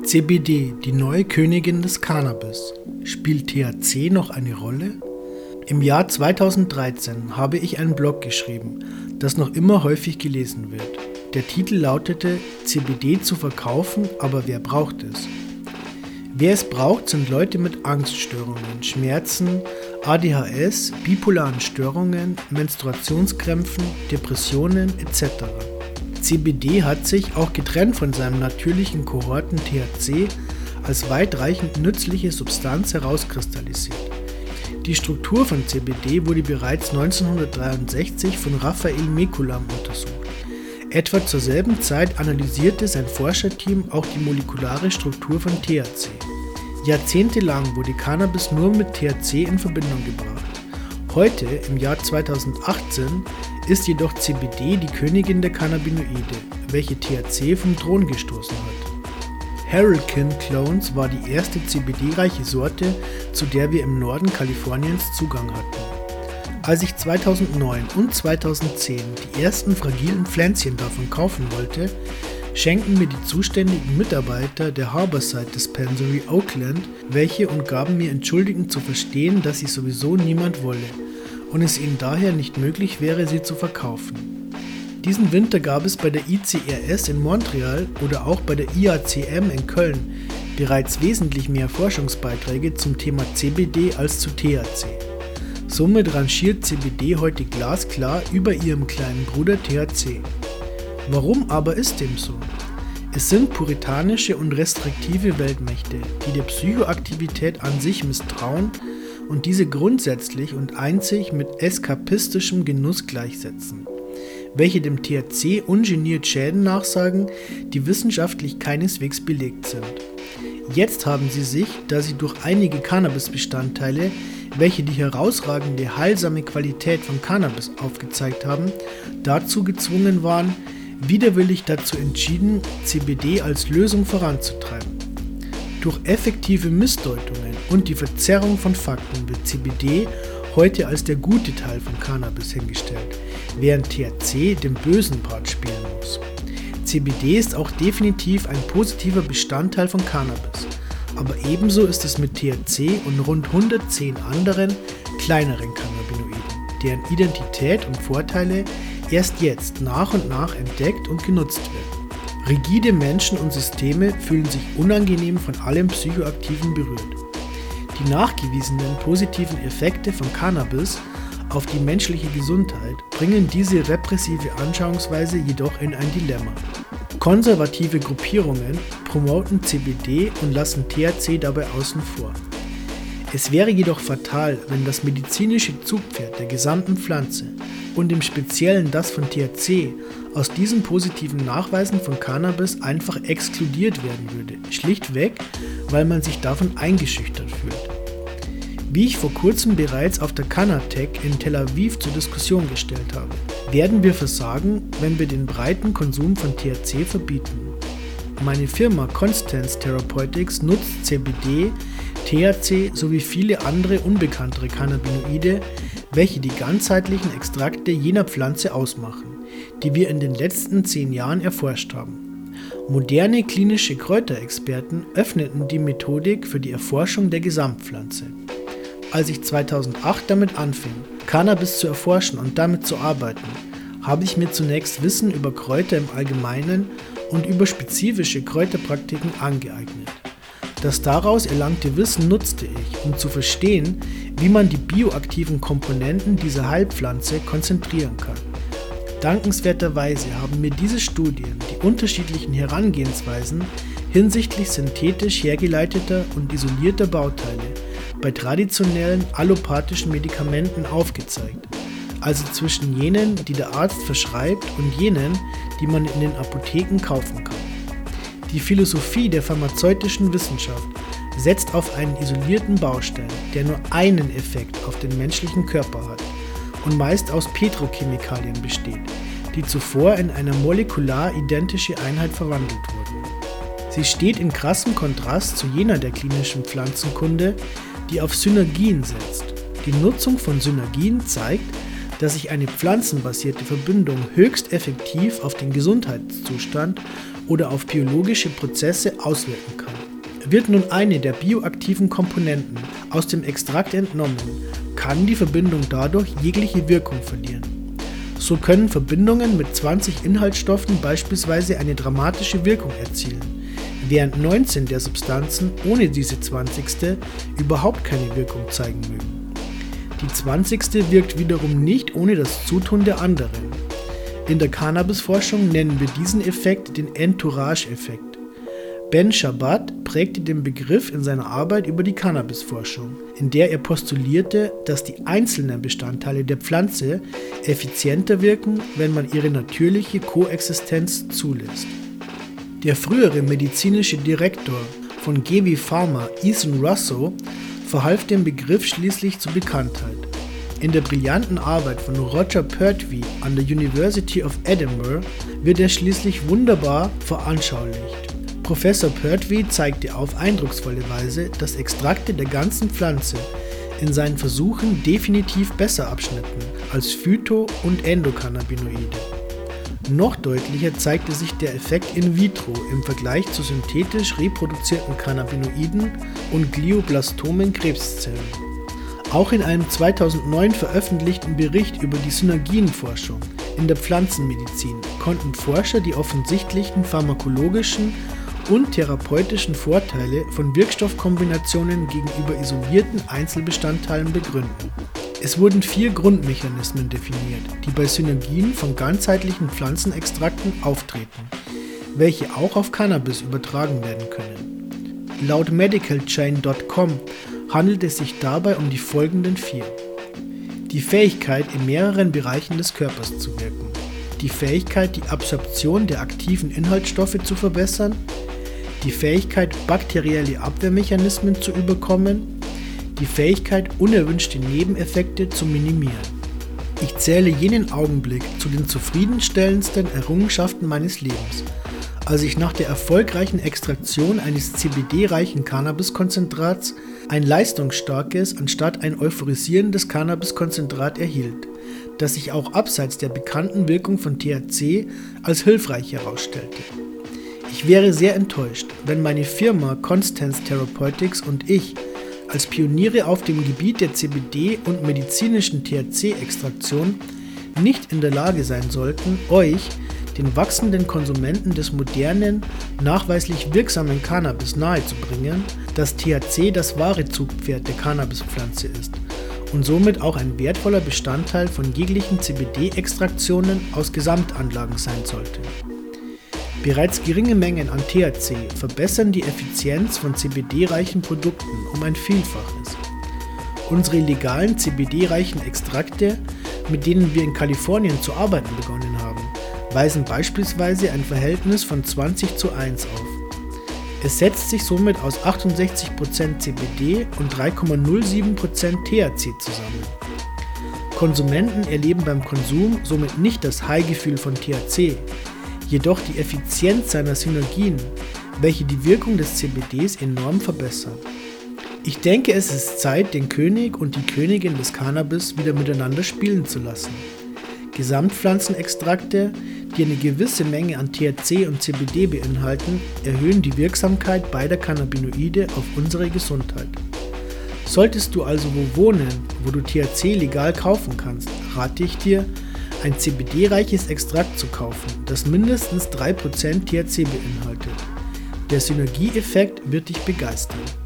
CBD, die neue Königin des Cannabis. Spielt THC noch eine Rolle? Im Jahr 2013 habe ich einen Blog geschrieben, das noch immer häufig gelesen wird. Der Titel lautete CBD zu verkaufen, aber wer braucht es? Wer es braucht, sind Leute mit Angststörungen, Schmerzen, ADHS, bipolaren Störungen, Menstruationskrämpfen, Depressionen etc. CBD hat sich, auch getrennt von seinem natürlichen Kohorten THC, als weitreichend nützliche Substanz herauskristallisiert. Die Struktur von CBD wurde bereits 1963 von Raphael Mekulam untersucht. Etwa zur selben Zeit analysierte sein Forscherteam auch die molekulare Struktur von THC. Jahrzehntelang wurde Cannabis nur mit THC in Verbindung gebracht. Heute, im Jahr 2018, ist jedoch CBD die Königin der Cannabinoide, welche THC vom Thron gestoßen hat. Harlequin Clones war die erste CBD-reiche Sorte, zu der wir im Norden Kaliforniens Zugang hatten. Als ich 2009 und 2010 die ersten fragilen Pflänzchen davon kaufen wollte, schenkten mir die zuständigen Mitarbeiter der Harborside Dispensary Oakland welche und gaben mir entschuldigend zu verstehen, dass sie sowieso niemand wolle und es ihnen daher nicht möglich wäre, sie zu verkaufen. Diesen Winter gab es bei der ICRS in Montreal oder auch bei der IACM in Köln bereits wesentlich mehr Forschungsbeiträge zum Thema CBD als zu THC. Somit rangiert CBD heute glasklar über ihrem kleinen Bruder THC. Warum aber ist dem so? Es sind puritanische und restriktive Weltmächte, die der Psychoaktivität an sich misstrauen und diese grundsätzlich und einzig mit eskapistischem Genuss gleichsetzen, welche dem THC ungeniert Schäden nachsagen, die wissenschaftlich keineswegs belegt sind. Jetzt haben sie sich, da sie durch einige Cannabis-Bestandteile, welche die herausragende heilsame Qualität von Cannabis aufgezeigt haben, dazu gezwungen waren, widerwillig dazu entschieden, CBD als Lösung voranzutreiben. Durch effektive Missdeutungen und die Verzerrung von Fakten wird CBD heute als der gute Teil von Cannabis hingestellt, während THC den bösen Part spielen muss. CBD ist auch definitiv ein positiver Bestandteil von Cannabis, aber ebenso ist es mit THC und rund 110 anderen, kleineren Cannabinoiden, deren Identität und Vorteile erst jetzt nach und nach entdeckt und genutzt werden. Rigide Menschen und Systeme fühlen sich unangenehm von allem Psychoaktiven berührt. Die nachgewiesenen positiven Effekte von Cannabis auf die menschliche Gesundheit bringen diese repressive Anschauungsweise jedoch in ein Dilemma. Konservative Gruppierungen promoten CBD und lassen THC dabei außen vor. Es wäre jedoch fatal, wenn das medizinische Zugpferd der gesamten Pflanze und im Speziellen das von THC aus diesen positiven Nachweisen von Cannabis einfach exkludiert werden würde, schlichtweg, weil man sich davon eingeschüchtert fühlt. Wie ich vor kurzem bereits auf der Canatech in Tel Aviv zur Diskussion gestellt habe, werden wir versagen, wenn wir den breiten Konsum von THC verbieten. Meine Firma Constance Therapeutics nutzt CBD, THC sowie viele andere unbekanntere Cannabinoide, welche die ganzheitlichen Extrakte jener Pflanze ausmachen, die wir in den letzten 10 Jahren erforscht haben. Moderne klinische Kräuterexperten öffneten die Methodik für die Erforschung der Gesamtpflanze. Als ich 2008 damit anfing, Cannabis zu erforschen und damit zu arbeiten, habe ich mir zunächst Wissen über Kräuter im Allgemeinen und über spezifische Kräuterpraktiken angeeignet. Das daraus erlangte Wissen nutzte ich, um zu verstehen, wie man die bioaktiven Komponenten dieser Heilpflanze konzentrieren kann. Dankenswerterweise haben mir diese Studien die unterschiedlichen Herangehensweisen hinsichtlich synthetisch hergeleiteter und isolierter Bauteile bei traditionellen allopathischen Medikamenten aufgezeigt, also zwischen jenen, die der Arzt verschreibt, und jenen, die man in den Apotheken kaufen kann. Die Philosophie der pharmazeutischen Wissenschaft setzt auf einen isolierten Baustein, der nur einen Effekt auf den menschlichen Körper hat und meist aus Petrochemikalien besteht, die zuvor in eine molekular identische Einheit verwandelt wurden. Sie steht in krassem Kontrast zu jener der klinischen Pflanzenkunde, die auf Synergien setzt. Die Nutzung von Synergien zeigt, dass sich eine pflanzenbasierte Verbindung höchst effektiv auf den Gesundheitszustand oder auf biologische Prozesse auswirken kann. Wird nun eine der bioaktiven Komponenten aus dem Extrakt entnommen, kann die Verbindung dadurch jegliche Wirkung verlieren. So können Verbindungen mit 20 Inhaltsstoffen beispielsweise eine dramatische Wirkung erzielen, während 19 der Substanzen ohne diese 20. überhaupt keine Wirkung zeigen mögen. Die 20. wirkt wiederum nicht ohne das Zutun der anderen. In der Cannabisforschung nennen wir diesen Effekt den Entourage-Effekt. Ben Shabbat prägte den Begriff in seiner Arbeit über die Cannabisforschung, in der er postulierte, dass die einzelnen Bestandteile der Pflanze effizienter wirken, wenn man ihre natürliche Koexistenz zulässt. Der frühere medizinische Direktor von GW Pharma, Ethan Russo, verhalf dem Begriff schließlich zur Bekanntheit. In der brillanten Arbeit von Roger Pertwee an der University of Edinburgh wird er schließlich wunderbar veranschaulicht. Professor Pertwee zeigte auf eindrucksvolle Weise, dass Extrakte der ganzen Pflanze in seinen Versuchen definitiv besser abschnitten als Phyto- und Endokannabinoide. Noch deutlicher zeigte sich der Effekt in vitro im Vergleich zu synthetisch reproduzierten Cannabinoiden und glioblastomen Krebszellen. Auch in einem 2009 veröffentlichten Bericht über die Synergienforschung in der Pflanzenmedizin konnten Forscher die offensichtlichen pharmakologischen und therapeutischen Vorteile von Wirkstoffkombinationen gegenüber isolierten Einzelbestandteilen begründen. Es wurden 4 Grundmechanismen definiert, die bei Synergien von ganzheitlichen Pflanzenextrakten auftreten, welche auch auf Cannabis übertragen werden können. Laut medicalchain.com handelt es sich dabei um die folgenden 4. Die Fähigkeit, in mehreren Bereichen des Körpers zu wirken. Die Fähigkeit, die Absorption der aktiven Inhaltsstoffe zu verbessern. Die Fähigkeit, bakterielle Abwehrmechanismen zu überkommen. Die Fähigkeit, unerwünschte Nebeneffekte zu minimieren. Ich zähle jenen Augenblick zu den zufriedenstellendsten Errungenschaften meines Lebens, als ich nach der erfolgreichen Extraktion eines CBD-reichen Cannabiskonzentrats ein leistungsstarkes anstatt ein euphorisierendes Cannabiskonzentrat erhielt, das sich auch abseits der bekannten Wirkung von THC als hilfreich herausstellte. Ich wäre sehr enttäuscht, wenn meine Firma Constance Therapeutics und ich als Pioniere auf dem Gebiet der CBD- und medizinischen THC-Extraktion nicht in der Lage sein sollten, euch, den wachsenden Konsumenten des modernen, nachweislich wirksamen Cannabis nahezubringen, dass THC das wahre Zugpferd der Cannabispflanze ist und somit auch ein wertvoller Bestandteil von jeglichen CBD-Extraktionen aus Gesamtanlagen sein sollte. Bereits geringe Mengen an THC verbessern die Effizienz von CBD-reichen Produkten um ein Vielfaches. Unsere legalen CBD-reichen Extrakte, mit denen wir in Kalifornien zu arbeiten begonnen haben, weisen beispielsweise ein Verhältnis von 20:1 auf. Es setzt sich somit aus 68% CBD und 3,07% THC zusammen. Konsumenten erleben beim Konsum somit nicht das High-Gefühl von THC, jedoch die Effizienz seiner Synergien, welche die Wirkung des CBDs enorm verbessern. Ich denke, es ist Zeit, den König und die Königin des Cannabis wieder miteinander spielen zu lassen. Gesamtpflanzenextrakte, die eine gewisse Menge an THC und CBD beinhalten, erhöhen die Wirksamkeit beider Cannabinoide auf unsere Gesundheit. Solltest du also wo wohnen, wo du THC legal kaufen kannst, rate ich dir, ein CBD-reiches Extrakt zu kaufen, das mindestens 3% THC beinhaltet. Der Synergieeffekt wird dich begeistern.